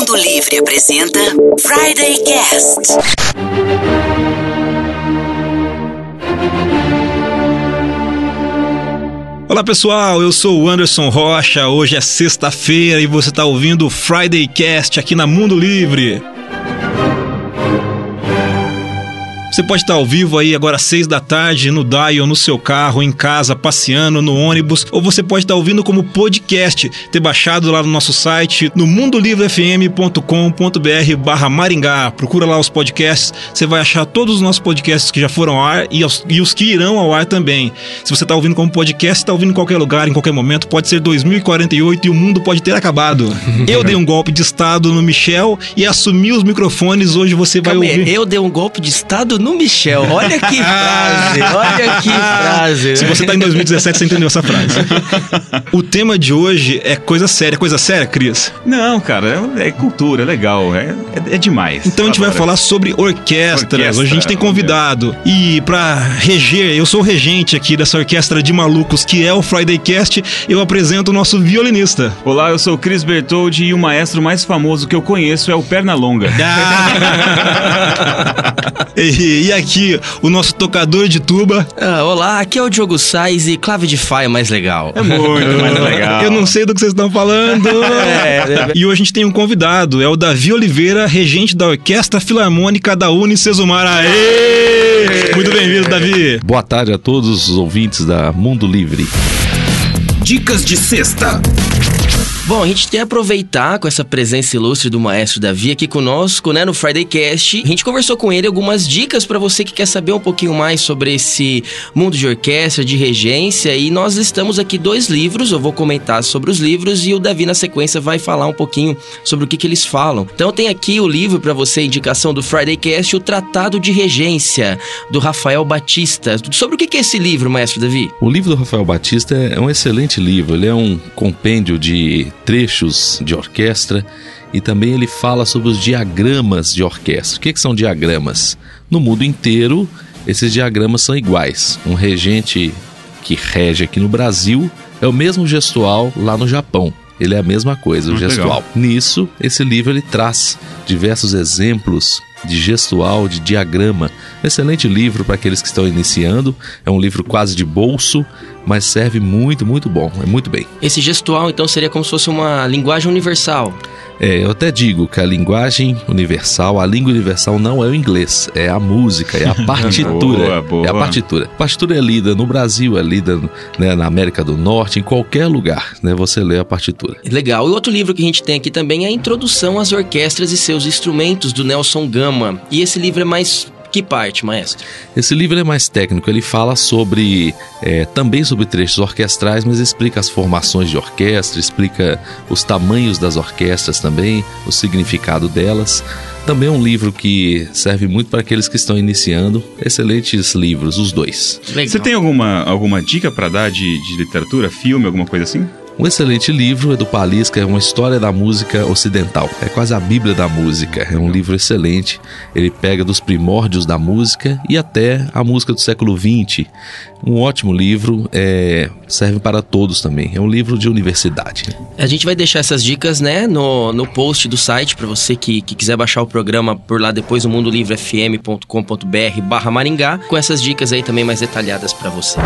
Mundo Livre apresenta Friday Cast. Olá pessoal, eu sou o Anderson Rocha, hoje é sexta-feira e você está ouvindo o Friday Cast aqui na Mundo Livre. Você pode estar ao vivo aí agora às 6 da tarde no dial, no seu carro, em casa, passeando, no ônibus, ou você pode estar ouvindo como podcast, ter baixado lá no nosso site, no mundolivrefm.com.br/Maringá. Procura lá os podcasts, você vai achar todos os nossos podcasts que já foram ao ar e os que irão ao ar também. Se você está ouvindo como podcast, está ouvindo em qualquer lugar, em qualquer momento, pode ser 2048 e o mundo pode ter acabado. Eu dei um golpe de estado no Michel e assumi os microfones, hoje você vai ouvir. Eu dei um golpe de estado no Michel, olha que frase, olha que frase. Se você tá em 2017, você entendeu essa frase. O tema de hoje é coisa séria, Cris? Não, cara, é cultura, é legal, é demais. Então a gente vai falar sobre orquestras. Hoje a gente tem convidado. E pra reger, eu sou o regente aqui dessa orquestra de malucos que é o Friday Cast, eu apresento o nosso violinista. Olá, eu sou o Cris Bertoldi e o maestro mais famoso que eu conheço é o Pernalonga. E aqui, o nosso tocador de tuba. Olá, aqui é o Diogo Sais e clave de Fá é mais legal. É muito mais legal. Eu não sei do que vocês estão falando. E hoje a gente tem um convidado, é o Davi Oliveira, regente da Orquestra Filarmônica da Unicesumar. Aê! Muito bem-vindo, Davi. Boa tarde a todos os ouvintes da Mundo Livre. Dicas de sexta. Bom, a gente tem que aproveitar com essa presença ilustre do maestro Davi aqui conosco, né, no Friday Cast. A gente conversou com ele algumas dicas para você que quer saber um pouquinho mais sobre esse mundo de orquestra, de regência, e nós listamos aqui 2 livros, eu vou comentar sobre os livros e o Davi na sequência vai falar um pouquinho sobre o que eles falam. Então tem aqui o livro para você, indicação do Friday Cast, o Tratado de Regência, do Rafael Batista. Sobre o que é esse livro, maestro Davi? O livro do Rafael Batista é um excelente livro, ele é um compêndio de trechos de orquestra e também ele fala sobre os diagramas de orquestra. O que são diagramas? No mundo inteiro, esses diagramas são iguais. Um regente que rege aqui no Brasil é o mesmo gestual lá no Japão. Ele é a mesma coisa, o gestual. Legal. Nisso, esse livro ele traz diversos exemplos de gestual, de diagrama. Excelente livro para aqueles que estão iniciando. É um livro quase de bolso, mas serve muito, muito bom. É muito bem. Esse gestual, então, seria como se fosse uma linguagem universal. Eu até digo que a linguagem universal, a língua universal não é o inglês, é a música, é a partitura. Boa. É a partitura. A partitura é lida no Brasil, é lida, né, na América do Norte, em qualquer lugar, né, você lê a partitura. Legal. E outro livro que a gente tem aqui também é a Introdução às Orquestras e Seus Instrumentos, do Nelson Gama. E esse livro é mais... Que parte, maestro? Esse livro é mais técnico, ele fala sobre, também sobre trechos orquestrais, mas explica as formações de orquestra, explica os tamanhos das orquestras também, o significado delas. Também é um livro que serve muito para aqueles que estão iniciando. Excelentes livros, os 2. Legal. Você tem alguma dica para dar de literatura, filme, alguma coisa assim? Um excelente livro é do Palisca, é uma história da música ocidental. É quase a Bíblia da música. É um livro excelente. Ele pega dos primórdios da música e até a música do século XX. Um ótimo livro, serve para todos também. É um livro de universidade. A gente vai deixar essas dicas, né, no post do site para você que quiser baixar o programa por lá depois, no mundolivrefm.com.br/Maringá, com essas dicas aí também mais detalhadas para vocês.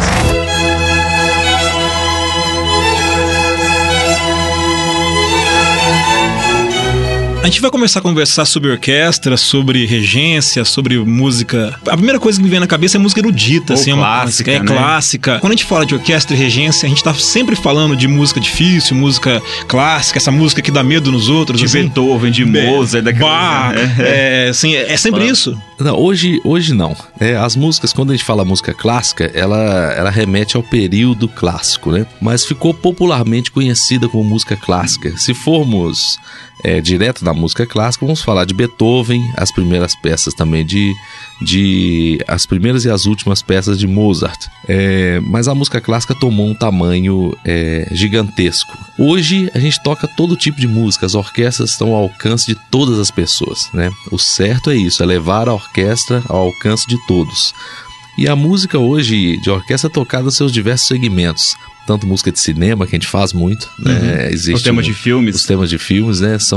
A gente vai começar a conversar sobre orquestra, sobre regência, sobre música. A primeira coisa que me vem na cabeça é música erudita, assim, clássica, né? Clássica. Quando a gente fala de orquestra e regência, a gente tá sempre falando de música difícil, música clássica, essa música que dá medo nos outros. De assim. Beethoven, de Mozart, Bach, assim, é sempre isso. Não, hoje não. As músicas, quando a gente fala música clássica, ela remete ao período clássico, né? Mas ficou popularmente conhecida como música clássica. Se formos direto da música clássica, vamos falar de Beethoven, as primeiras peças também as primeiras e as últimas peças de Mozart. Mas a música clássica tomou um tamanho gigantesco. Hoje a gente toca todo tipo de música, as orquestras estão ao alcance de todas as pessoas, né? O certo é isso, é levar a orquestra ao alcance de todos. E a música hoje de orquestra é tocada nos seus diversos segmentos. Tanto música de cinema, que a gente faz muito, né? Existe os temas de filmes. Os temas de filmes, né? São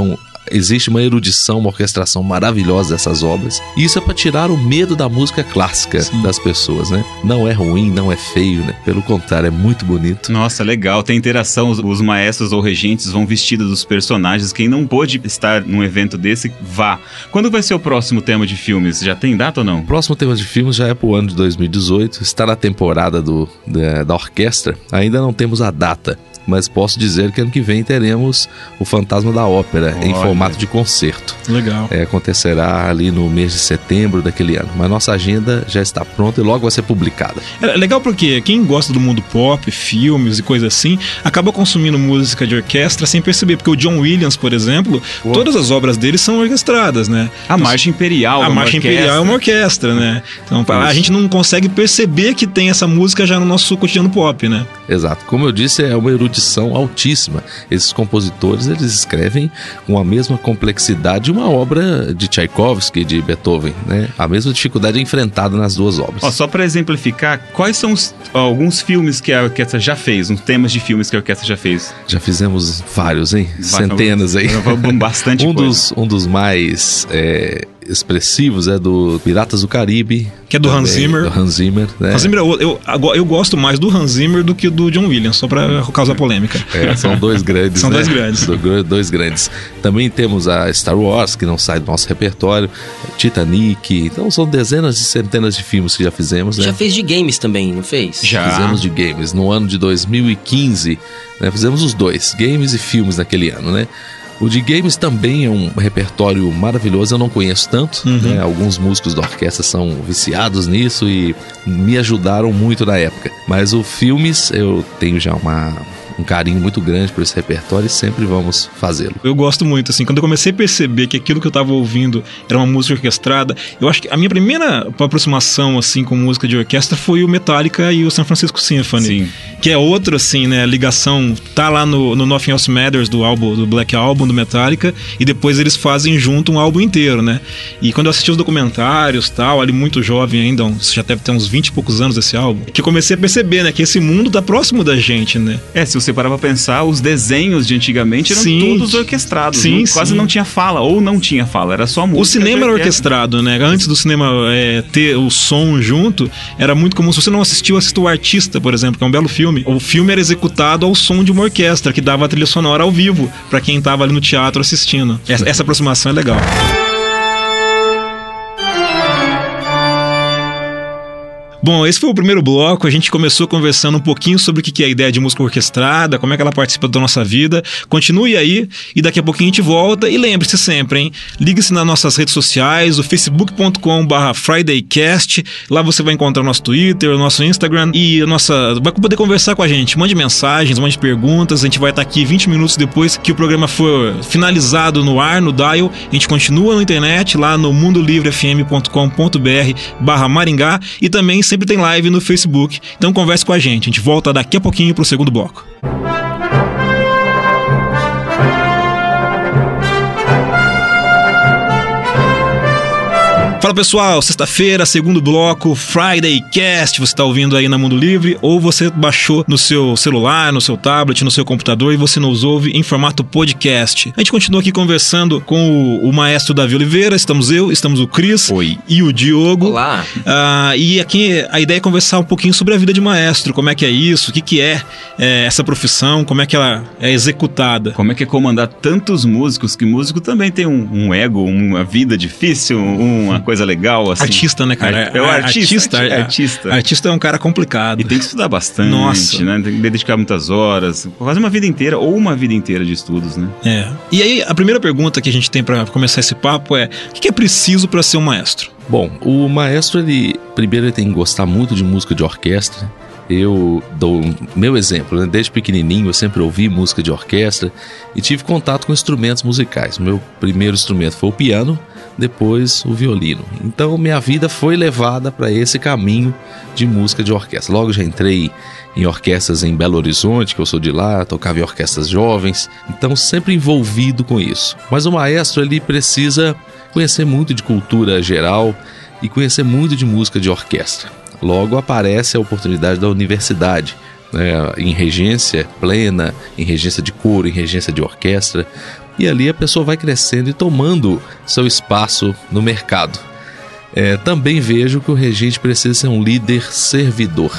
existe uma erudição, uma orquestração maravilhosa dessas obras. E isso é para tirar o medo da música clássica das pessoas, né? Não é ruim, não é feio, né? Pelo contrário, é muito bonito. Nossa, legal. Tem interação, os maestros ou regentes vão vestidos dos personagens. Quem não pôde estar num evento desse, vá. Quando vai ser o próximo tema de filmes? Já tem data ou não? O próximo tema de filmes já é pro ano de 2018. Está na temporada da orquestra. Ainda não temos a data, mas posso dizer que ano que vem teremos o Fantasma da Ópera em formato de concerto. Legal. Acontecerá ali no mês de setembro daquele ano. Mas nossa agenda já está pronta e logo vai ser publicada. É legal porque quem gosta do mundo pop, filmes e coisa assim, acaba consumindo música de orquestra sem perceber. Porque o John Williams, por exemplo, todas as obras dele são orquestradas, né? A Marcha Imperial. A Marcha Imperial é uma orquestra, né? Então a gente não consegue perceber que tem essa música já no nosso cotidiano pop, né? Exato. Como eu disse, é uma erudição altíssima. Esses compositores, eles escrevem com a mesma complexidade de uma obra de Tchaikovsky, de Beethoven, né? A mesma dificuldade é enfrentada nas duas obras. Só para exemplificar, quais são alguns filmes que a orquestra já fez, uns temas de filmes que a orquestra já fez? Já fizemos vários, hein? Centenas aí. Bastante coisa. Um dos mais expressivos é do Piratas do Caribe, que é do Hans Zimmer. Do Hans Zimmer, né? Hans Zimmer, eu gosto mais do Hans Zimmer do que do John Williams, só para causar polêmica. São dois grandes. São, né? Dois grandes. Também temos a Star Wars, que não sai do nosso repertório, Titanic. Então são dezenas e centenas de filmes que já fizemos, né? Já fez de games também, não fez? Já. Fizemos de games. No ano de 2015, né, fizemos os dois, games e filmes naquele ano, né? O de games também é um repertório maravilhoso, eu não conheço tanto, né? Alguns músicos da orquestra são viciados nisso e me ajudaram muito na época. Mas o filmes, eu tenho já um carinho muito grande por esse repertório e sempre vamos fazê-lo. Eu gosto muito, assim, quando eu comecei a perceber que aquilo que eu tava ouvindo era uma música orquestrada, eu acho que a minha primeira aproximação, assim, com música de orquestra foi o Metallica e o San Francisco Symphony. Sim. Que é outro, assim, né, ligação, tá lá no Nothing Else Matters do Black Album, do Metallica, e depois eles fazem junto um álbum inteiro, né? E quando eu assisti os documentários, tal, ali muito jovem ainda, já deve ter uns 20 e poucos anos esse álbum, que eu comecei a perceber, né, que esse mundo tá próximo da gente, né? Se você parar pra pensar, os desenhos de antigamente eram todos orquestrados. Quase não tinha fala, ou não tinha fala, era só música. O cinema era orquestrado, né? Antes do cinema ter o som junto, era muito comum. Se você não assistiu, assista O Artista, por exemplo, que é um belo filme. O filme era executado ao som de uma orquestra, que dava a trilha sonora ao vivo, pra quem tava ali no teatro assistindo. Essa aproximação é legal. Bom, esse foi o primeiro bloco, a gente começou conversando um pouquinho sobre o que é a ideia de música orquestrada, como é que ela participa da nossa vida. Continue aí e daqui a pouquinho a gente volta. E lembre-se sempre, hein? Ligue-se nas nossas redes sociais, o facebook.com/FridayCast. Lá você vai encontrar o nosso Twitter, o nosso Instagram e vai poder conversar com a gente. Mande mensagens, mande perguntas. A gente vai estar aqui 20 minutos depois que o programa for finalizado no ar, no dial. A gente continua na internet, lá no mundolivrefm.com.br/Maringá e também sempre tem live no Facebook, então converse com a gente volta daqui a pouquinho pro segundo bloco. Fala pessoal, sexta-feira, segundo bloco, Friday Cast, você está ouvindo aí na Mundo Livre ou você baixou no seu celular, no seu tablet, no seu computador e você nos ouve em formato podcast. A gente continua aqui conversando com o maestro Davi Oliveira, estamos o Cris. Oi. E o Diogo. Olá. E aqui a ideia é conversar um pouquinho sobre a vida de maestro, como é que é isso, o que é essa profissão, como é que ela é executada. Como é que é comandar tantos músicos, que músico também tem um ego, uma vida difícil, uma coisa legal, assim. Artista, né, cara? É o artista. Artista é um cara complicado. E tem que estudar bastante, Nossa. né? Tem que dedicar muitas horas, quase uma vida inteira, ou uma vida inteira de estudos, né? E aí, a primeira pergunta que a gente tem pra começar esse papo é: o que é preciso pra ser um maestro? Bom, o maestro, primeiro ele tem que gostar muito de música de orquestra. Eu dou meu exemplo, né? Desde pequenininho eu sempre ouvi música de orquestra e tive contato com instrumentos musicais. Meu primeiro instrumento foi o piano, depois o violino. Então minha vida foi levada para esse caminho de música de orquestra. Logo já entrei em orquestras em Belo Horizonte, que eu sou de lá, tocava em orquestras jovens, então sempre envolvido com isso. Mas o maestro ele precisa conhecer muito de cultura geral e conhecer muito de música de orquestra. Logo aparece a oportunidade da universidade, né, em regência plena, em regência de coro, em regência de orquestra, E ali a pessoa vai crescendo e tomando seu espaço no mercado. Também vejo que o regente precisa ser um líder servidor.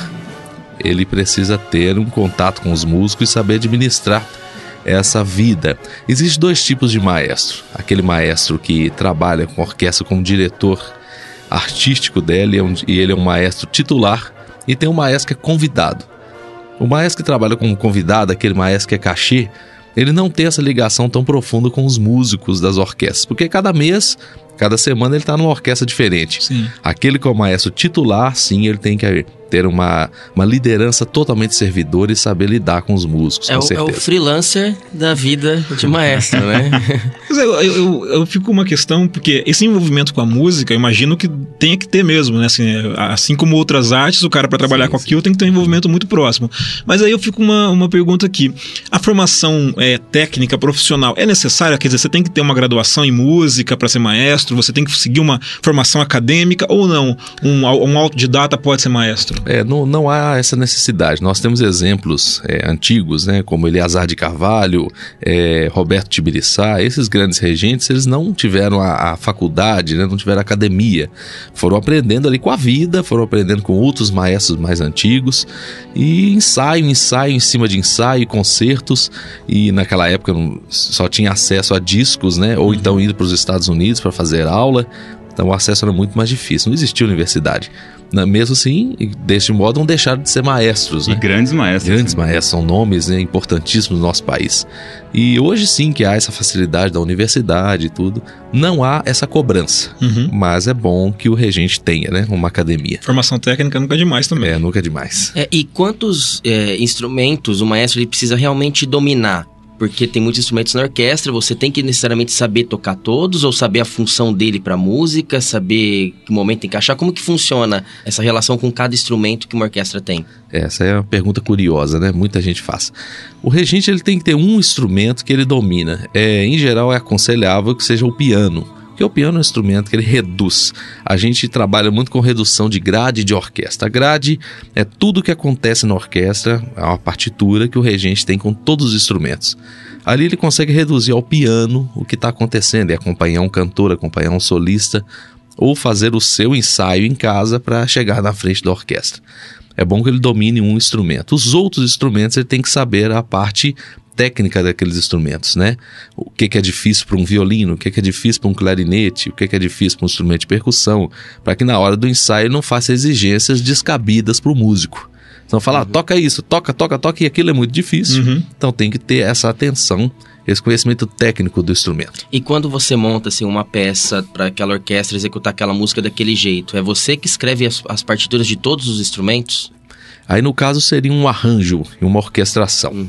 Ele precisa ter um contato com os músicos e saber administrar essa vida. Existem 2 tipos de maestro. Aquele maestro que trabalha com a orquestra como diretor artístico dela e ele é um maestro titular, e tem um maestro que é convidado. O maestro que trabalha como convidado, aquele maestro que é cachê, ele não tem essa ligação tão profunda com os músicos das orquestras, porque cada mês, cada semana ele está numa orquestra diferente. Sim. Aquele que é o maestro titular, sim, ele tem que ter uma liderança totalmente servidora e saber lidar com os músicos, com certeza. É o freelancer da vida de maestro, né? Mas eu fico com uma questão, porque esse envolvimento com a música, eu imagino que tenha que ter mesmo, né? Assim como outras artes, o cara para trabalhar com aquilo tem que ter um envolvimento muito próximo. Mas aí eu fico uma pergunta aqui. A formação técnica, profissional, é necessária? Quer dizer, você tem que ter uma graduação em música para ser maestro? Você tem que seguir uma formação acadêmica ou não? Um autodidata pode ser maestro? Não há essa necessidade. Nós temos exemplos antigos, né, como Eleazar de Carvalho, Roberto Tibiriçá. Esses grandes regentes, eles não tiveram a faculdade, né, não tiveram academia. Foram aprendendo ali com a vida, foram aprendendo com outros maestros mais antigos, e ensaio em cima de ensaio, concertos, e naquela época só tinha acesso a discos, né, ou então indo para os Estados Unidos para fazer aula. Então o acesso era muito mais difícil, não existia universidade. Mesmo assim, deste modo, não deixaram de ser maestros, né? E grandes maestros. Grandes maestros, são nomes, né, importantíssimos no nosso país. E hoje sim que há essa facilidade da universidade e tudo, não há essa cobrança. Mas é bom que o regente tenha, né, uma academia. Formação técnica nunca é demais também. Nunca é demais. E quantos instrumentos o maestro ele precisa realmente dominar? Porque tem muitos instrumentos na orquestra, você tem que necessariamente saber tocar todos ou saber a função dele para música, saber que momento encaixar. Como que funciona essa relação com cada instrumento que uma orquestra tem? Essa é uma pergunta curiosa, né? Muita gente faz. O regente ele tem que ter um instrumento que ele domina. Em geral é aconselhável que seja o piano. Porque o piano é um instrumento que ele reduz. A gente trabalha muito com redução de grade de orquestra. A grade é tudo que acontece na orquestra, é uma partitura que o regente tem com todos os instrumentos. Ali ele consegue reduzir ao piano o que está acontecendo, e acompanhar um cantor, acompanhar um solista, ou fazer o seu ensaio em casa para chegar na frente da orquestra. É bom que ele domine um instrumento. Os outros instrumentos ele tem que saber a parte técnica daqueles instrumentos, né? O que é difícil para um violino, o que é difícil para um clarinete, o que é difícil para um instrumento de percussão, para que na hora do ensaio não faça exigências descabidas para o músico. Então falar, toca isso, toca, e aquilo é muito difícil. Então tem que ter essa atenção, esse conhecimento técnico do instrumento. E quando você monta assim, uma peça para aquela orquestra executar aquela música daquele jeito, é você que escreve as partituras de todos os instrumentos? Aí no caso seria um arranjo e uma orquestração.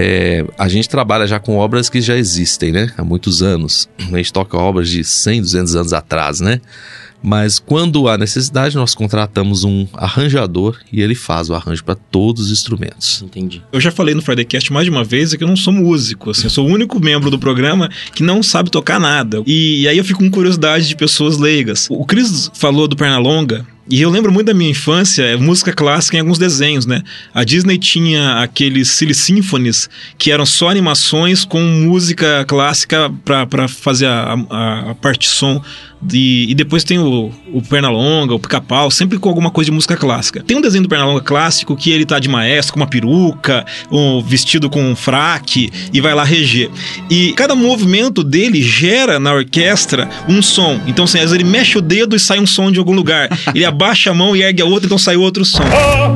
A gente trabalha já com obras que já existem, né? Há muitos anos. A gente toca obras de 100, 200 anos atrás, né? Mas quando há necessidade, nós contratamos um arranjador e ele faz o arranjo para todos os instrumentos. Entendi. Eu já falei no Friday Cast mais de uma vez que eu não sou músico, assim, eu sou o único membro do programa que não sabe tocar nada. E aí eu fico com curiosidade de pessoas leigas. O Cris falou do Pernalonga, e eu lembro muito da minha infância, música clássica em alguns desenhos, né? A Disney tinha aqueles Silly Symphonies, que eram só animações com música clássica para fazer a parte som. E depois tem o Pernalonga, o Pica-Pau, sempre com alguma coisa de música clássica. Tem um desenho do Pernalonga clássico que ele tá de maestro, com uma peruca, vestido com um fraque, e vai lá reger. E cada movimento dele gera na orquestra um som. Então, assim, às vezes ele mexe o dedo e sai um som de algum lugar. Ele abaixa a mão e ergue a outra, então sai outro som.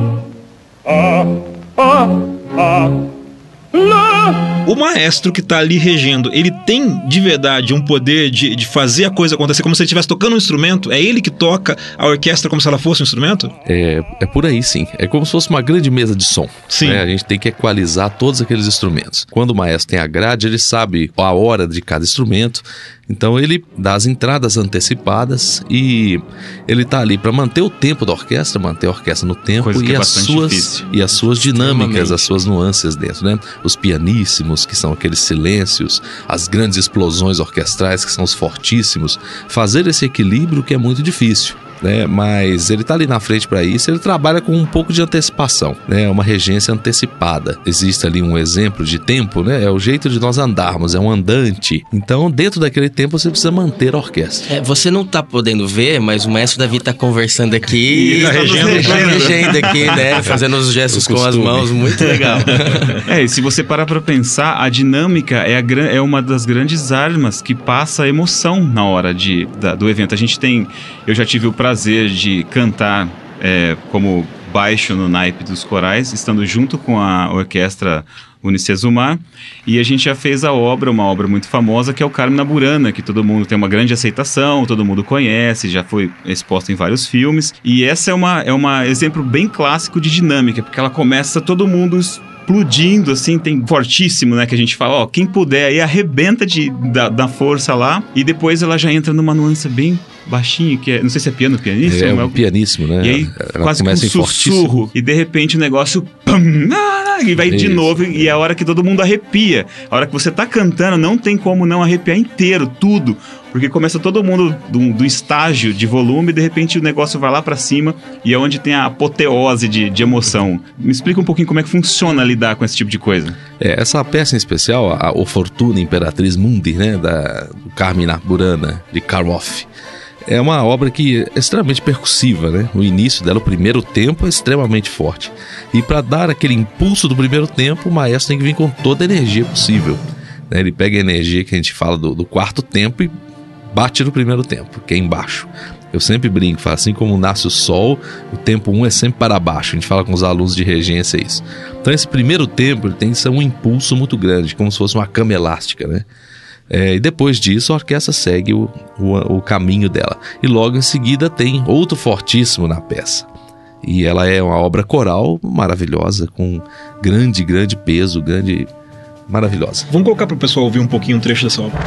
O maestro que tá ali regendo, ele tem de verdade um poder de fazer a coisa acontecer como se ele estivesse tocando um instrumento? É ele que toca a orquestra como se ela fosse um instrumento? É por aí, sim. É como se fosse uma grande mesa de som. Sim. Né? A gente tem que equalizar todos aqueles instrumentos. Quando o maestro tem a grade, ele sabe a hora de cada instrumento. Então ele dá as entradas antecipadas e ele tá ali para manter o tempo da orquestra, manter a orquestra no tempo e as suas dinâmicas, as suas nuances dentro, né? Os pianíssimos, que são aqueles silêncios, as grandes explosões orquestrais, que são os fortíssimos. Fazer esse equilíbrio que é muito difícil. né? Mas ele tá ali na frente para isso, ele trabalha com um pouco de antecipação, né? Uma regência antecipada. Existe ali um exemplo de tempo, né? É o jeito de nós andarmos, é um andante. Então, dentro daquele tempo, você precisa manter a orquestra. Você não tá podendo ver, mas o maestro Davi tá conversando aqui E tá regendo aqui, né? Fazendo os gestos com as mãos, muito legal. E se você parar pra pensar, a dinâmica é uma das grandes armas que passa a emoção na hora do evento. Eu já tive o prazer de cantar como baixo no naipe dos corais, estando junto com a orquestra Unicesumar, e a gente já fez uma obra muito famosa, que é o Carmen na Burana, que todo mundo tem uma grande aceitação, todo mundo conhece, já foi exposta em vários filmes, e essa é uma exemplo bem clássico de dinâmica, porque ela começa todo mundo explodindo, assim, tem fortíssimo, né, que a gente fala, quem puder aí arrebenta da força lá, e depois ela já entra numa nuance bem baixinho, que não sei se é pianíssimo. É um pianíssimo, né? E aí ela quase com um sussurro, e de repente o negócio e vai de novo, e é a hora que todo mundo arrepia. A hora que você tá cantando, não tem como não arrepiar inteiro, tudo, porque começa todo mundo do estágio de volume, e de repente o negócio vai lá pra cima, e é onde tem a apoteose de emoção. Me explica um pouquinho como é que funciona lidar com esse tipo de coisa. Essa peça em especial, O Fortuna Imperatriz Mundi, né, do Carmen na Burana, de Karloff, é uma obra que é extremamente percussiva, né? O início dela, o primeiro tempo, é extremamente forte. E para dar aquele impulso do primeiro tempo, o maestro tem que vir com toda a energia possível, né? Ele pega a energia que a gente fala do quarto tempo e bate no primeiro tempo, que é embaixo. Eu sempre brinco, assim como nasce o sol, o tempo 1 é sempre para baixo. A gente fala com os alunos de regência isso. Então esse primeiro tempo ele tem que ser um impulso muito grande, como se fosse uma cama elástica, né? E depois disso a orquestra segue o caminho dela. E logo em seguida tem outro fortíssimo na peça. E ela é uma obra coral maravilhosa, com grande peso, maravilhosa. Vamos colocar para o pessoal ouvir um pouquinho um trecho dessa obra.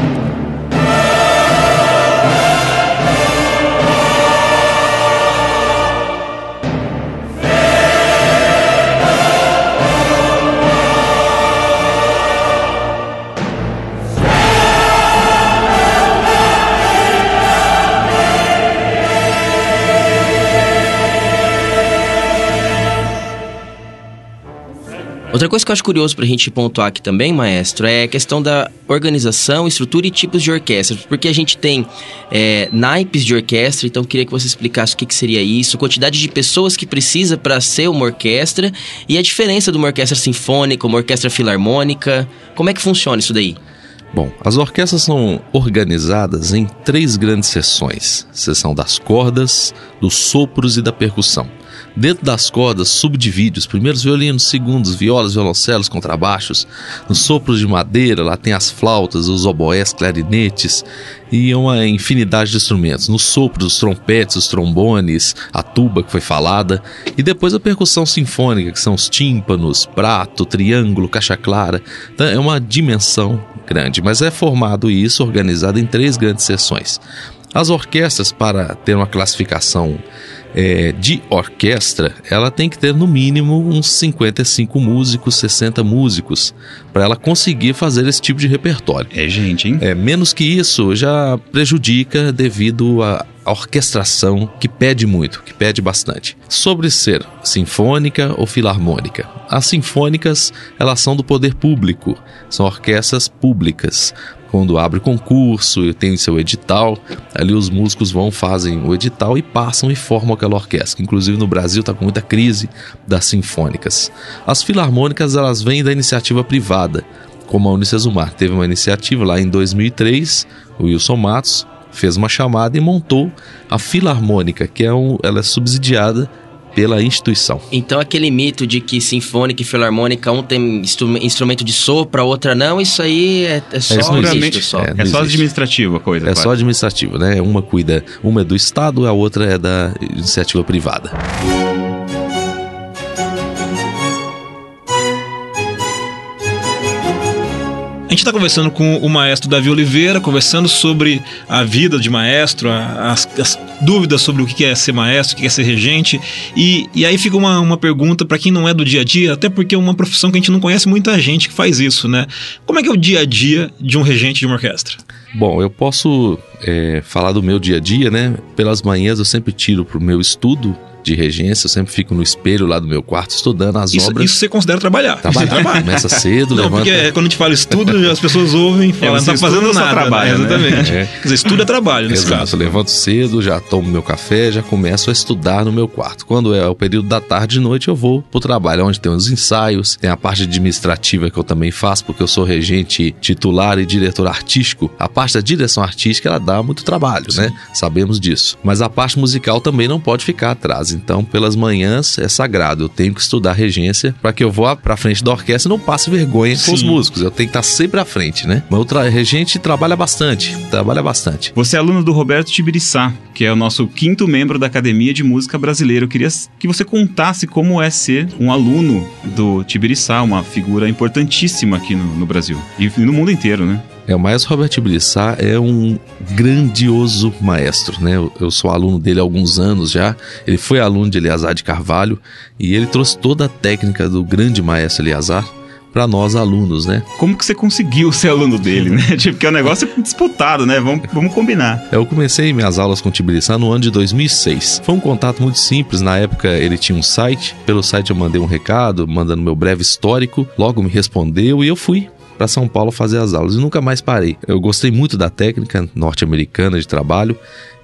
Outra coisa que eu acho curioso pra gente pontuar aqui também, maestro, é a questão da organização, estrutura e tipos de orquestra. Porque a gente tem naipes de orquestra, então eu queria que você explicasse o que seria isso, quantidade de pessoas que precisa para ser uma orquestra e a diferença de uma orquestra sinfônica, uma orquestra filarmônica. Como é que funciona isso daí? Bom, as orquestras são organizadas em 3 grandes seções. Seção das cordas, dos sopros e da percussão. Dentro das cordas, subdivide os primeiros violinos, segundos, violas, violoncelos, contrabaixos. Nos sopros de madeira, lá tem as flautas, os oboés, clarinetes e uma infinidade de instrumentos. Nos sopros, os trompetes, os trombones, a tuba que foi falada. E depois a percussão sinfônica, que são os tímpanos, prato, triângulo, caixa clara. Então é uma dimensão grande, mas é formado isso, organizado em 3 grandes seções. As orquestras, para ter uma classificação de orquestra, ela tem que ter no mínimo uns 55 músicos, 60 músicos, para ela conseguir fazer esse tipo de repertório. É gente, hein? Menos que isso já prejudica devido à orquestração, que pede muito, que pede bastante. Sobre ser sinfônica ou filarmônica, as sinfônicas, elas são do poder público, são orquestras públicas. Quando abre concurso, tem seu edital, ali os músicos fazem o edital e passam e formam aquela orquestra. Inclusive no Brasil está com muita crise das sinfônicas. As filarmônicas, elas vêm da iniciativa privada, como a Unicesumar. Teve uma iniciativa lá em 2003, o Wilson Matos fez uma chamada e montou a Filarmônica, que ela é subsidiada pela instituição. Então aquele mito de que sinfônica e filarmônica, um tem instrumento de sopro, a outra não, isso aí é só só administrativo a coisa. É só administrativo, né? Uma é do Estado, a outra é da iniciativa privada. É gente está conversando com o maestro Davi Oliveira, conversando sobre a vida de maestro, as dúvidas sobre o que é ser maestro, o que é ser regente. E aí fica uma pergunta para quem não é do dia a dia, até porque é uma profissão que a gente não conhece muita gente que faz isso, né? Como é que é o dia a dia de um regente de uma orquestra? Bom, eu posso falar do meu dia a dia, né? Pelas manhãs eu sempre tiro pro meu estudo de regência, eu sempre fico no espelho lá do meu quarto estudando as obras. Isso você considera trabalhar? Trabalhar. Começa cedo, não, levanta... porque quando a gente fala estudo, as pessoas ouvem e falam, não tá fazendo nada. Trabalha, né? Exatamente. Né? Quer dizer, estudo é trabalho nesse caso. Eu levanto cedo, já tomo meu café, já começo a estudar no meu quarto. Quando é o período da tarde e noite, eu vou pro trabalho, onde tem os ensaios, tem a parte administrativa que eu também faço, porque eu sou regente titular e diretor artístico. A parte da direção artística, ela dá muito trabalho, né? Sabemos disso. Mas a parte musical também não pode ficar atrás. Então, pelas manhãs é sagrado. Eu tenho que estudar regência para que eu vá pra frente da orquestra e não passe vergonha com os músicos. Eu tenho que estar sempre à frente, né? Mas o regente trabalha bastante. Você é aluno do Roberto Tibiriçá, que é o nosso 5º membro da Academia de Música Brasileira. Eu queria que você contasse como é ser um aluno do Tibiriçá, uma figura importantíssima aqui no Brasil e no mundo inteiro, né? O maestro Roberto Tibiriçá é um grandioso maestro, né? Eu sou aluno dele há alguns anos já. Ele foi aluno de Eleazar de Carvalho e ele trouxe toda a técnica do grande maestro Eleazar para nós alunos, né? Como que você conseguiu ser aluno dele, né? Porque é um negócio disputado, né? Vamos combinar. Eu comecei minhas aulas com o Tibiriçá no ano de 2006. Foi um contato muito simples. Na época ele tinha um site. Pelo site eu mandei um recado, mandando meu breve histórico. Logo me respondeu e eu fui para São Paulo fazer as aulas e nunca mais parei. Eu gostei muito da técnica norte-americana de trabalho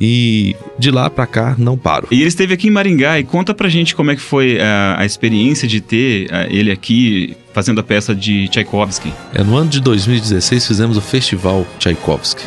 e de lá para cá não paro. E ele esteve aqui em Maringá e conta pra gente como é que foi a experiência de ter ele aqui fazendo a peça de Tchaikovsky. No ano de 2016 fizemos o Festival Tchaikovsky,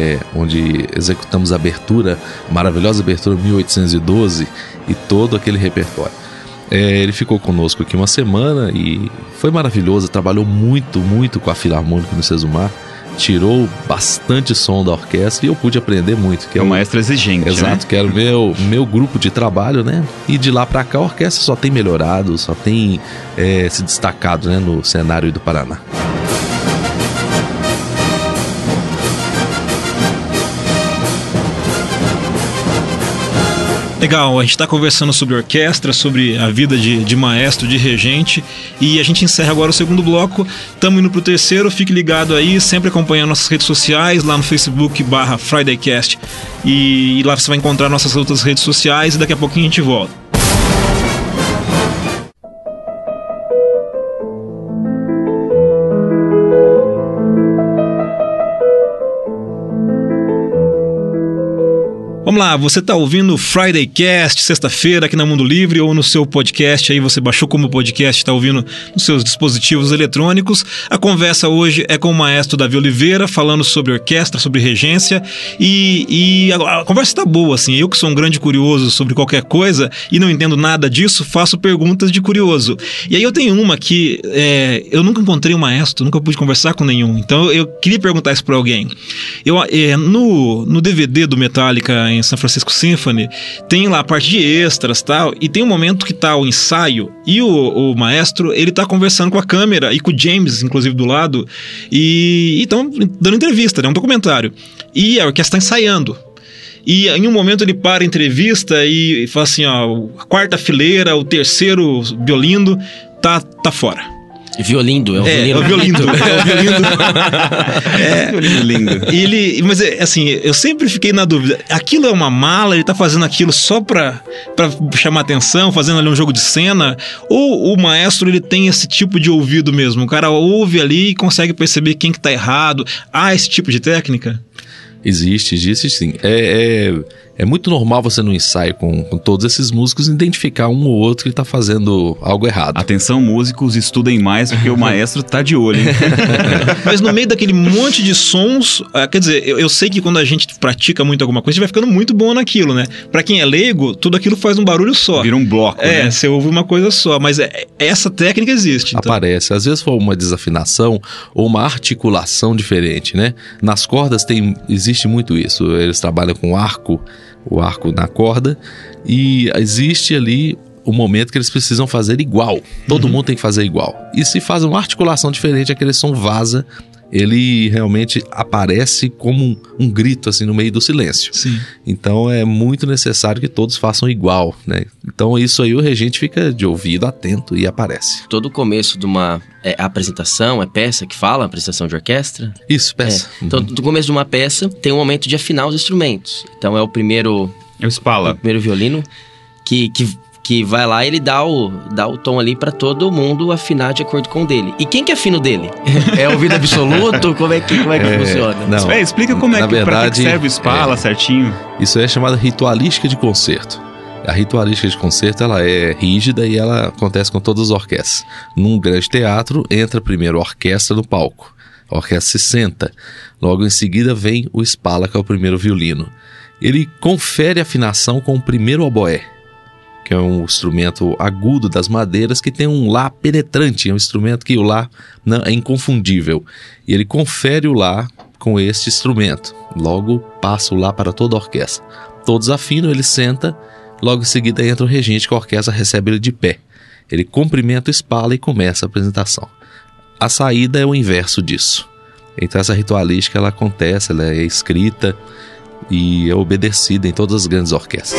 onde executamos a abertura, a maravilhosa abertura 1812 e todo aquele repertório. Ele ficou conosco aqui uma semana e foi maravilhoso, trabalhou muito com a Filarmônica no Sesumar, tirou bastante som da orquestra e eu pude aprender muito. Que é um maestro exigente, exato, né? Que era o meu grupo de trabalho, né? E de lá pra cá a orquestra só tem melhorado, só tem se destacado, né, no cenário do Paraná. Legal, a gente está conversando sobre orquestra, sobre a vida de maestro, de regente, e a gente encerra agora o segundo bloco. Estamos indo para o terceiro, fique ligado aí, sempre acompanhando nossas redes sociais, lá no Facebook /FridayCast, e lá você vai encontrar nossas outras redes sociais e daqui a pouquinho a gente volta. Vamos lá, você está ouvindo o Friday Cast, sexta-feira, aqui na Mundo Livre, ou no seu podcast, aí você baixou como podcast, está ouvindo nos seus dispositivos eletrônicos. A conversa hoje é com o maestro Davi Oliveira, falando sobre orquestra, sobre regência, e a conversa está boa, assim. Eu que sou um grande curioso sobre qualquer coisa e não entendo nada disso, faço perguntas de curioso. E aí eu tenho uma que eu nunca encontrei um maestro, nunca pude conversar com nenhum, então eu queria perguntar isso para alguém. No DVD do Metallica em San Francisco Symphony, tem lá a parte de extras e tal, e tem um momento que tá o ensaio e o maestro, ele tá conversando com a câmera e com o James, inclusive, do lado, e estão dando entrevista, né, um documentário, e a orquestra tá ensaiando. E em um momento ele para a entrevista e fala assim, ó, a quarta fileira, o terceiro violino tá fora. Violindo, é o violindo. Violindo lindo. Mas assim, eu sempre fiquei na dúvida, aquilo é uma mala, ele tá fazendo aquilo só pra chamar atenção, fazendo ali um jogo de cena, ou o maestro ele tem esse tipo de ouvido mesmo, o cara ouve ali e consegue perceber quem que tá errado, há esse tipo de técnica? Existe sim. É muito normal você no ensaio com todos esses músicos identificar um ou outro que está fazendo algo errado. Atenção, músicos, estudem mais porque o maestro tá de olho, hein? Mas no meio daquele monte de sons, quer dizer, eu sei que quando a gente pratica muito alguma coisa, a gente vai ficando muito bom naquilo, né? Pra quem é leigo, tudo aquilo faz um barulho só. Vira um bloco, né? Você ouve uma coisa só, mas essa técnica existe. Então. Aparece, às vezes for uma desafinação ou uma articulação diferente, né? Nas cordas existe muito isso, eles trabalham com o arco na corda, e existe ali o momento que eles precisam fazer igual. Todo mundo tem que fazer igual. E se faz uma articulação diferente, aquele som vaza ele realmente aparece como um grito assim no meio do silêncio. Sim. Então é muito necessário que todos façam igual, né? Então isso aí o regente fica de ouvido atento e aparece. Todo o começo de uma apresentação, peça que fala, apresentação de orquestra? Isso, peça. Então, no começo de uma peça, tem um momento de afinar os instrumentos. Então é o primeiro... É o Spala. O primeiro violino que vai lá e ele dá o tom ali pra todo mundo afinar de acordo com o dele. E quem que afina o dele? É ouvido absoluto? Como é que funciona? Não, explica como é que, verdade, pra que serve o Spala certinho. Isso é chamado ritualística de concerto. A ritualística de concerto, ela é rígida e ela acontece com todas as orquestras. Num grande teatro, entra primeiro a orquestra no palco. A orquestra se senta. Logo em seguida vem o Spala, que é o primeiro violino. Ele confere afinação com o primeiro oboé, que é um instrumento agudo das madeiras que tem um lá penetrante, é um instrumento que o lá é inconfundível. E ele confere o lá com este instrumento. Logo passa o lá para toda a orquestra. Todos afinam, ele senta, logo em seguida entra o regente, que a orquestra recebe ele de pé. Ele cumprimenta o Spala e começa a apresentação. A saída é o inverso disso. Então essa ritualística ela acontece, ela é escrita e é obedecida em todas as grandes orquestras.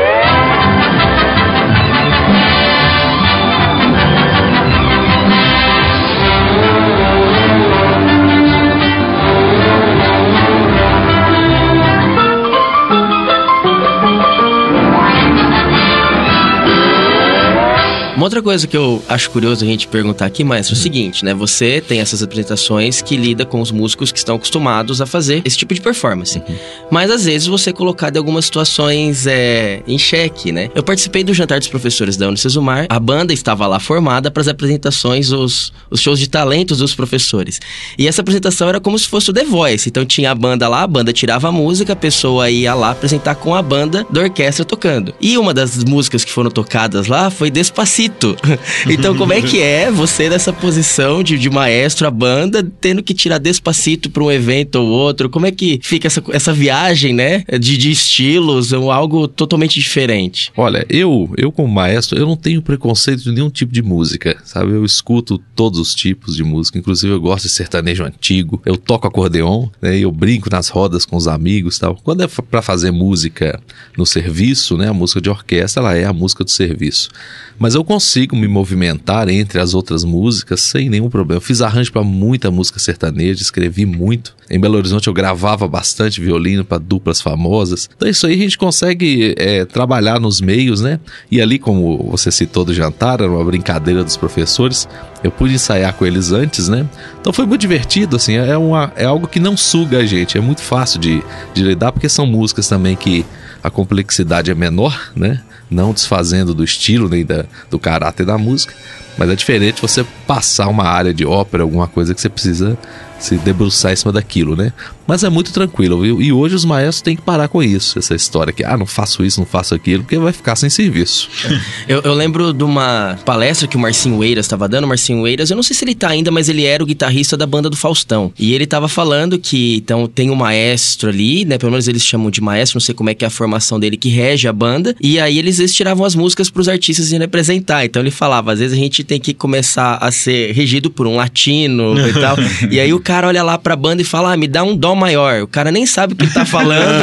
Uma outra coisa que eu acho curioso a gente perguntar aqui, maestro, é o seguinte, né? Você tem essas apresentações que lida com os músicos que estão acostumados a fazer esse tipo de performance. Mas às vezes você é colocado em algumas situações em xeque, né? Eu participei do Jantar dos Professores da Unicesumar. A banda estava lá formada para as apresentações, os shows de talentos dos professores. E essa apresentação era como se fosse o The Voice. Então tinha a banda lá, a banda tirava a música, a pessoa ia lá apresentar com a banda da orquestra tocando. E uma das músicas que foram tocadas lá foi Despacito. Então como é que é você nessa posição de maestro, a banda, tendo que tirar Despacito para um evento ou outro? Como é que fica essa viagem, né, de estilos, ou algo totalmente diferente? Olha, eu como maestro, eu não tenho preconceito de nenhum tipo de música, sabe? Eu escuto todos os tipos de música, inclusive eu gosto de sertanejo antigo, eu toco acordeon, né, eu brinco nas rodas com os amigos e tal. Quando é para fazer música no serviço, né, a música de orquestra, ela é a música do serviço. Mas eu consigo me movimentar entre as outras músicas sem nenhum problema. Eu fiz arranjo para muita música sertaneja, escrevi muito. Em Belo Horizonte eu gravava bastante violino para duplas famosas. Então isso aí a gente consegue trabalhar nos meios, né? E ali, como você citou do jantar, era uma brincadeira dos professores. Eu pude ensaiar com eles antes, né? Então foi muito divertido, assim. É algo que não suga a gente. É muito fácil de lidar, porque são músicas também que a complexidade é menor, né? Não desfazendo do estilo nem do caráter da música, mas é diferente você passar uma área de ópera, alguma coisa que você precisa se debruçar em cima daquilo, né? Mas é muito tranquilo, viu? E hoje os maestros têm que parar com isso, essa história que, não faço isso, não faço aquilo, porque vai ficar sem serviço. Eu lembro de uma palestra que o Marcinho Eiras estava dando. O Marcinho Eiras, eu não sei se ele tá ainda, mas ele era o guitarrista da banda do Faustão. E ele tava falando que, então, tem um maestro ali, né? Pelo menos eles chamam de maestro, não sei como é que é a formação dele, que rege a banda. E aí eles tiravam as músicas pros artistas irem representar. Então ele falava, às vezes a gente tem que começar a ser regido por um latino e tal. E aí o cara olha lá pra banda e fala, me dá um dó maior. O cara nem sabe o que ele tá falando,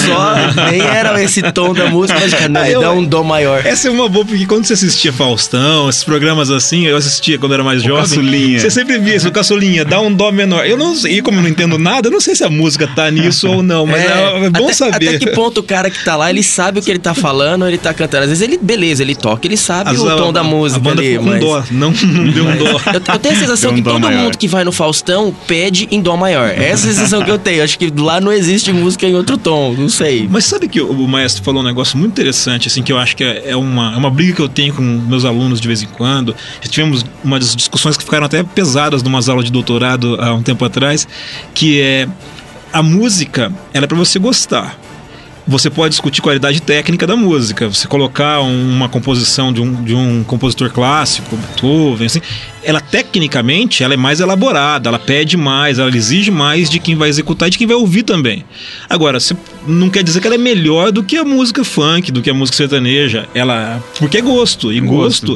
só nem era esse tom da música, mas cara, não, me dá um dó maior. Essa é uma boa, porque quando você assistia Faustão, esses programas assim, eu assistia quando era mais jovem. Caçulinha. Você sempre via isso, o Caçulinha, dá um dó menor. Eu não sei, como eu não entendo nada, eu não sei se a música tá nisso ou não, mas é bom saber. Até que ponto o cara que tá lá, ele sabe o que ele tá falando, ou ele tá cantando. Às vezes ele toca, ele sabe o tom da música. A banda ali, ficou com dó, não deu um dó. Eu tenho a sensação que todo mundo que vai no Faustão pede em dó maior. Essa é a sensação que eu tenho. Acho que lá não existe música em outro tom, não sei. Mas sabe que o maestro falou um negócio muito interessante, assim, que eu acho que é uma briga que eu tenho com meus alunos de vez em quando. Já tivemos umas discussões que ficaram até pesadas numas aulas de doutorado há um tempo atrás, que é a música, ela é pra você gostar. Você pode discutir qualidade técnica da música. Você colocar uma composição de um compositor clássico, Beethoven, assim, ela tecnicamente ela é mais elaborada, ela pede mais, ela exige mais de quem vai executar e de quem vai ouvir também. Agora, não quer dizer que ela é melhor do que a música funk, do que a música sertaneja. Porque é gosto. E gosto.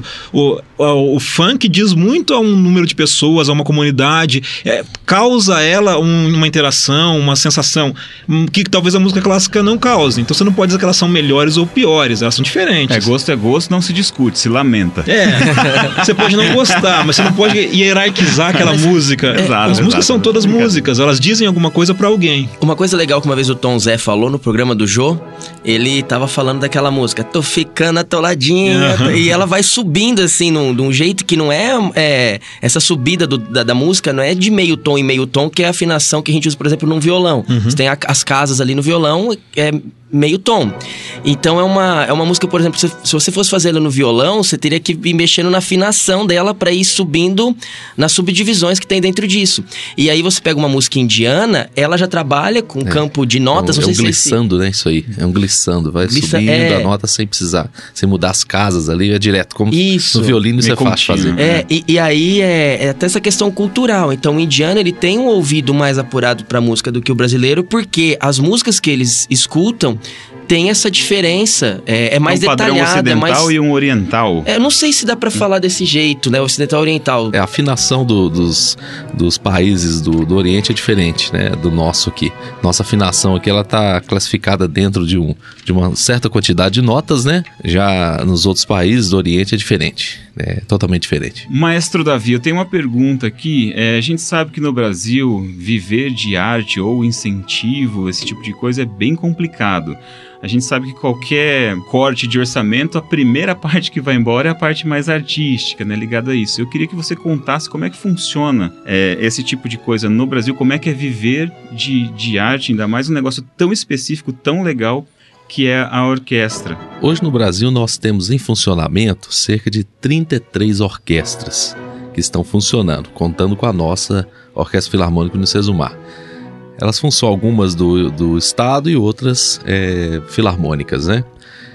O funk diz muito a um número de pessoas, a uma comunidade, causa ela uma interação, uma sensação que talvez a música clássica não cause. Então você não pode dizer que elas são melhores ou piores, elas são diferentes. Gosto é gosto, não se discute, se lamenta. Você pode não gostar, mas você não pode hierarquizar aquela música. As músicas são todas músicas, elas dizem alguma coisa pra alguém. Uma coisa legal que uma vez o Tom Zé falou no programa do Jô, ele tava falando daquela música, tô ficando atoladinha, e ela vai subindo assim, de um jeito que não é essa subida da música não é de meio tom em meio tom, que é a afinação que a gente usa, por exemplo, num violão. Você tem as casas ali no violão, meio tom. Então é uma música, por exemplo, se você fosse fazer ela no violão, você teria que ir mexendo na afinação dela para ir subindo nas subdivisões que tem dentro disso. E aí você pega uma música indiana, ela já trabalha com campo de notas. É um glissando, né? Isso aí. É um glissando. Vai subindo a nota sem precisar. Sem mudar as casas ali, é direto. Como isso. No violino isso é fácil de fazer. E aí é até essa questão cultural. Então o indiano, ele tem um ouvido mais apurado pra música do que o brasileiro, porque as músicas que eles escutam tem essa diferença, é mais detalhada. Um padrão ocidental e um oriental. Eu não sei se dá pra falar desse jeito, né? Ocidental e oriental. A afinação dos países do Oriente é diferente, né? Do nosso aqui. Nossa afinação aqui, ela tá classificada dentro de uma certa quantidade de notas, né? Já nos outros países do Oriente é diferente. É totalmente diferente. Maestro Davi, eu tenho uma pergunta aqui. A gente sabe que no Brasil, viver de arte ou incentivo, esse tipo de coisa é bem complicado. A gente sabe que qualquer corte de orçamento, a primeira parte que vai embora é a parte mais artística, né, ligada a isso. Eu queria que você contasse como é que funciona esse tipo de coisa no Brasil, como é que é viver de arte, ainda mais um negócio tão específico, tão legal, que é a orquestra. Hoje no Brasil nós temos em funcionamento cerca de 33 orquestras que estão funcionando, contando com a nossa Orquestra Filarmônica Unicesumar. Elas funcionam algumas do Estado e outras filarmônicas, né?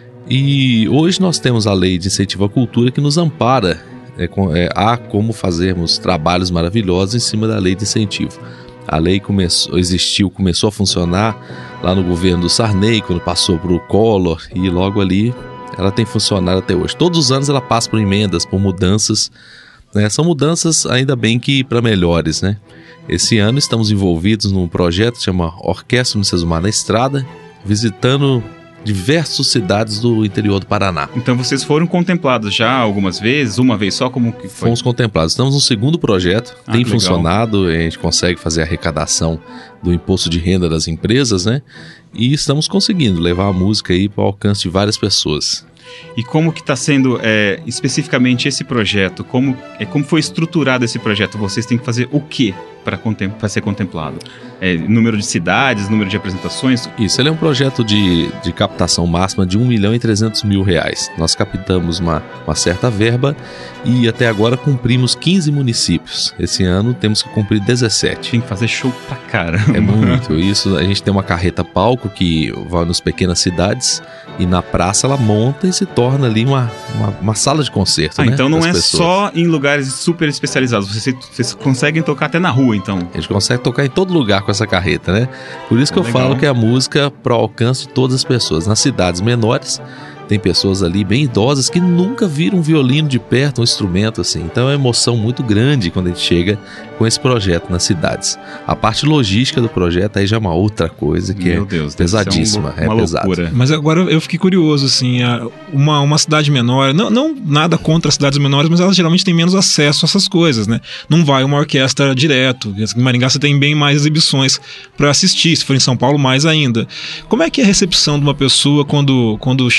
E hoje nós temos a Lei de Incentivo à Cultura que nos ampara a como fazermos trabalhos maravilhosos em cima da Lei de Incentivo. A lei começou a funcionar lá no governo do Sarney, quando passou para o Collor, e logo ali ela tem funcionado até hoje. Todos os anos ela passa por emendas, por mudanças, né? São mudanças ainda bem que para melhores, né? Esse ano estamos envolvidos num projeto que chama Orquestra Unicesumar na Estrada, visitando diversas cidades do interior do Paraná. Então vocês foram contemplados já algumas vezes, uma vez só, como que foi? Fomos contemplados. Estamos no segundo projeto, tem funcionado, a gente consegue fazer a arrecadação do imposto de renda das empresas, né? E estamos conseguindo levar a música aí para o alcance de várias pessoas. E como que está sendo especificamente esse projeto? Como foi estruturado esse projeto? Vocês têm que fazer o quê para ser contemplado? Número de cidades, número de apresentações? Isso, ele é um projeto de captação máxima de R$1.300.000. Nós captamos uma certa verba e até agora cumprimos 15 municípios. Esse ano temos que cumprir 17. Tem que fazer show pra caramba. É muito. Isso, a gente tem uma carreta palco que vai nas pequenas cidades e na praça ela monta e se torna ali uma sala de concerto, né? Então não é só em lugares super especializados. Vocês conseguem tocar até na rua, então? A gente consegue tocar em todo lugar com essa carreta, né? Por isso que eu falo que é a música para o alcance de todas as pessoas. Nas cidades menores, tem pessoas ali bem idosas que nunca viram um violino de perto, um instrumento assim. Então é uma emoção muito grande quando a gente chega com esse projeto nas cidades. A parte logística do projeto aí já é uma outra coisa que pesadíssima. Uma loucura. Mas agora eu fiquei curioso, assim, uma cidade menor, não nada contra as cidades menores, mas elas geralmente têm menos acesso a essas coisas, né? Não vai uma orquestra direto. Em Maringá você tem bem mais exibições para assistir, se for em São Paulo mais ainda. Como é que é a recepção de uma pessoa quando chega algo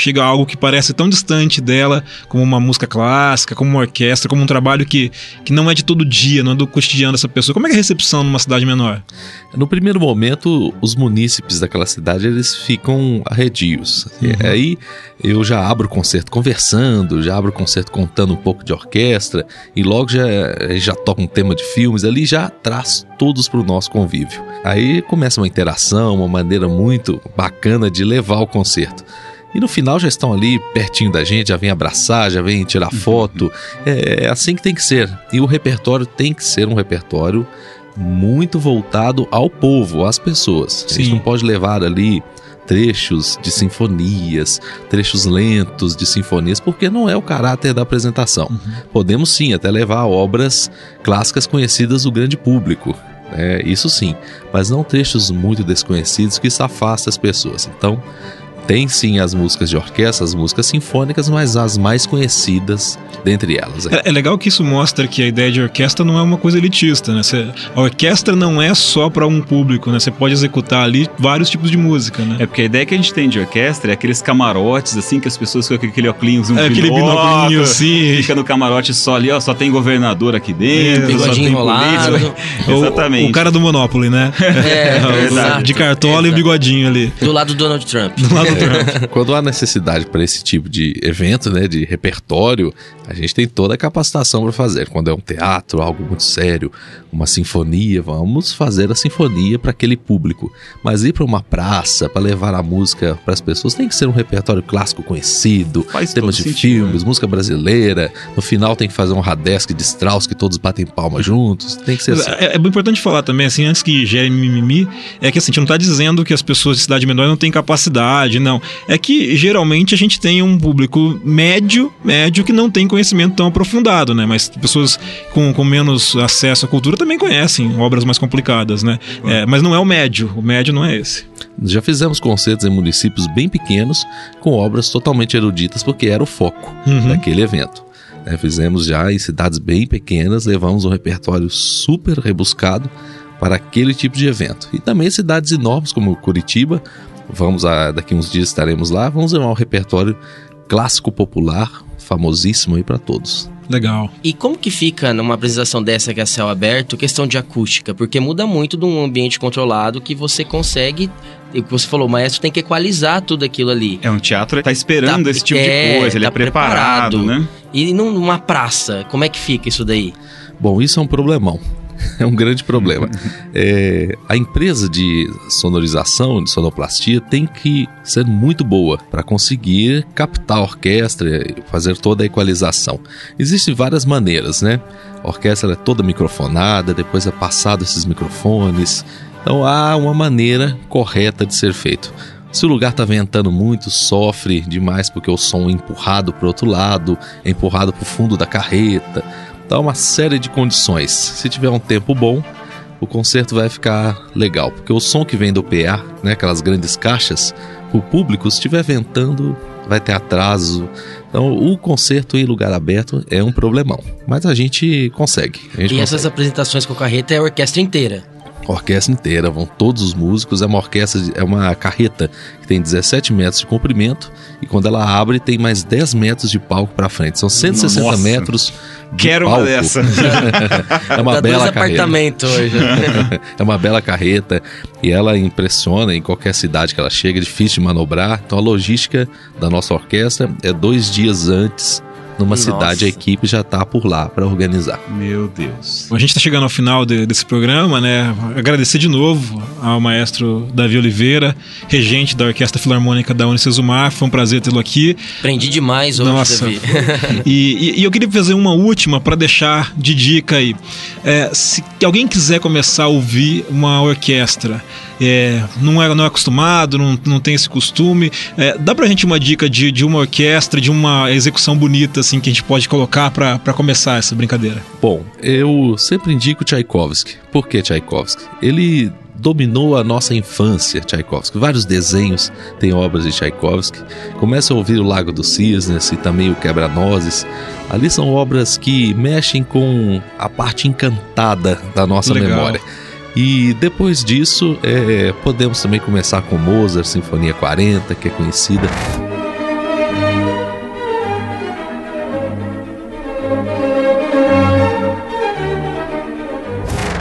algo que parece tão distante dela, como uma música clássica, como uma orquestra, como um trabalho que não é de todo dia, não é do cotidiano dessa pessoa. Como é que é a recepção numa cidade menor? No primeiro momento, os munícipes daquela cidade, eles ficam arredios. Aí eu já abro o concerto conversando, já abro o concerto contando um pouco de orquestra, e logo já toca um tema de filmes ali, já traz todos para o nosso convívio. Aí começa uma interação, uma maneira muito bacana de levar o concerto. E no final já estão ali pertinho da gente, já vem abraçar, já vem tirar foto. É assim que tem que ser. E o repertório tem que ser um repertório muito voltado ao povo, às pessoas. A gente não pode levar ali trechos de sinfonias, trechos lentos de sinfonias, porque não é o caráter da apresentação. Podemos sim até levar obras clássicas conhecidas do grande público, isso sim, mas não trechos muito desconhecidos que isso afasta as pessoas. Então tem sim as músicas de orquestra, as músicas sinfônicas, mas as mais conhecidas dentre elas. É legal que isso mostra que a ideia de orquestra não é uma coisa elitista, né? A orquestra não é só para um público, né? Você pode executar ali vários tipos de música, né? É porque a ideia que a gente tem de orquestra é aqueles camarotes, assim, que as pessoas ficam com aquele óculos, aquele binóculo, sim. Fica no camarote só ali, ó, só tem governador aqui dentro, bigodinho enrolado. Exatamente. O cara do Monopoly, né? Verdade. De cartola e o bigodinho ali. Do lado do Donald Trump. Quando há necessidade para esse tipo de evento, né, de repertório, a gente tem toda a capacitação para fazer. Quando é um teatro, algo muito sério, uma sinfonia, vamos fazer a sinfonia para aquele público. Mas ir para uma praça, para levar a música para as pessoas, tem que ser um repertório clássico conhecido, temas de filmes, música brasileira. No final tem que fazer um Radesk de Strauss que todos batem palma juntos. Tem que ser assim. É importante falar também, assim, antes que gere mimimi, é que assim, a gente não está dizendo que as pessoas de cidade menor não têm capacidade, não. É que geralmente a gente tem um público médio que não tem conhecimento tão aprofundado, né? Mas pessoas com menos acesso à cultura também conhecem obras mais complicadas, né? Mas não é o médio não é esse. Já fizemos concertos em municípios bem pequenos com obras totalmente eruditas, porque era o foco daquele evento. Fizemos já em cidades bem pequenas, levamos um repertório super rebuscado para aquele tipo de evento. E também cidades enormes como Curitiba, daqui uns dias estaremos lá, vamos levar um repertório clássico popular, famosíssimo aí para todos. Legal. E como que fica numa apresentação dessa que é a céu aberto, questão de acústica? Porque muda muito de um ambiente controlado que você consegue, o que você falou, o maestro tem que equalizar tudo aquilo ali. Um teatro tá esperando esse tipo de coisa, ele é preparado, né? E numa praça, como é que fica isso daí? Bom, isso é um problemão. É um grande problema. A empresa de sonorização, de sonoplastia, tem que ser muito boa para conseguir captar a orquestra e fazer toda a equalização. Existem várias maneiras, né? A orquestra é toda microfonada, depois é passado esses microfones. Então há uma maneira correta de ser feito. Se o lugar está ventando muito, sofre demais porque o som é empurrado para o outro lado, é empurrado para o fundo da carreta. Dá uma série de condições. Se tiver um tempo bom, o concerto vai ficar legal, porque o som que vem do PA, né, aquelas grandes caixas, o público, se estiver ventando, vai ter atraso. Então o concerto em lugar aberto é um problemão, mas a gente consegue. Essas apresentações com carreta é a orquestra inteira? Orquestra inteira, vão todos os músicos. É uma carreta que tem 17 metros de comprimento e quando ela abre tem mais 10 metros de palco para frente. São 160 metros de Quero palco. Uma dessa. É uma bela carreta. Hoje. É uma bela carreta e ela impressiona em qualquer cidade que ela chega, é difícil de manobrar. Então a logística da nossa orquestra é 2 dias antes. Numa cidade, a equipe já está por lá para organizar. Meu Deus. A gente está chegando ao final desse programa, né? Agradecer de novo ao maestro Davi Oliveira, regente da Orquestra Filarmônica da Unicesumar. Foi um prazer tê-lo aqui. Aprendi demais hoje, Nossa. Davi. E eu queria fazer uma última para deixar de dica aí. Se alguém quiser começar a ouvir uma orquestra, não é acostumado, não tem esse costume, dá pra gente uma dica de uma orquestra, de uma execução bonita assim, que a gente pode colocar pra começar essa brincadeira? Bom, eu sempre indico Tchaikovsky. Por que Tchaikovsky? Ele dominou a nossa infância, Tchaikovsky. Vários desenhos têm obras de Tchaikovsky. Começa a ouvir o Lago dos Cisnes e também o Quebra-Nozes. Ali são obras que mexem com a parte encantada da nossa memória. E depois disso, podemos também começar com Mozart, Sinfonia 40, que é conhecida.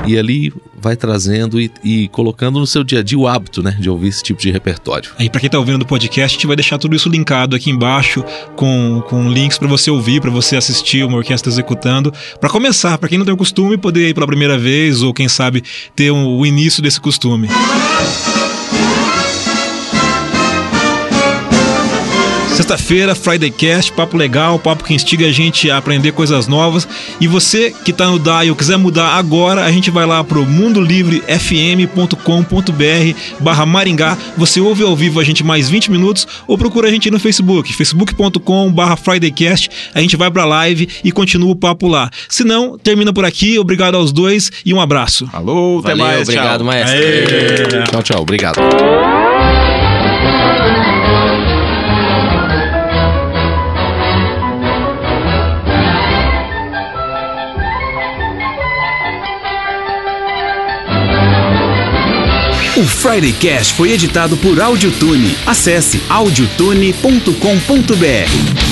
e ali vai trazendo e colocando no seu dia a dia o hábito, né, de ouvir esse tipo de repertório. E para quem tá ouvindo do podcast, a gente vai deixar tudo isso linkado aqui embaixo com links para você ouvir, para você assistir uma orquestra executando, para começar, para quem não tem o costume, poder ir pela primeira vez ou quem sabe ter o início desse costume. Sexta-feira, Friday Cast, papo legal, papo que instiga a gente a aprender coisas novas. E você que tá no Dial, quiser mudar agora, a gente vai lá pro mundolivrefm.com.br/Maringá. Você ouve ao vivo a gente mais 20 minutos ou procura a gente no Facebook, facebook.com/FridayCast. A gente vai pra live e continua o papo lá. Se não, termina por aqui. Obrigado aos dois e um abraço. Alô, até Valeu, mais, obrigado, tchau. maestro. Tchau, tchau. Obrigado. O Friday Cast foi editado por Audiotune. Acesse audiotune.com.br.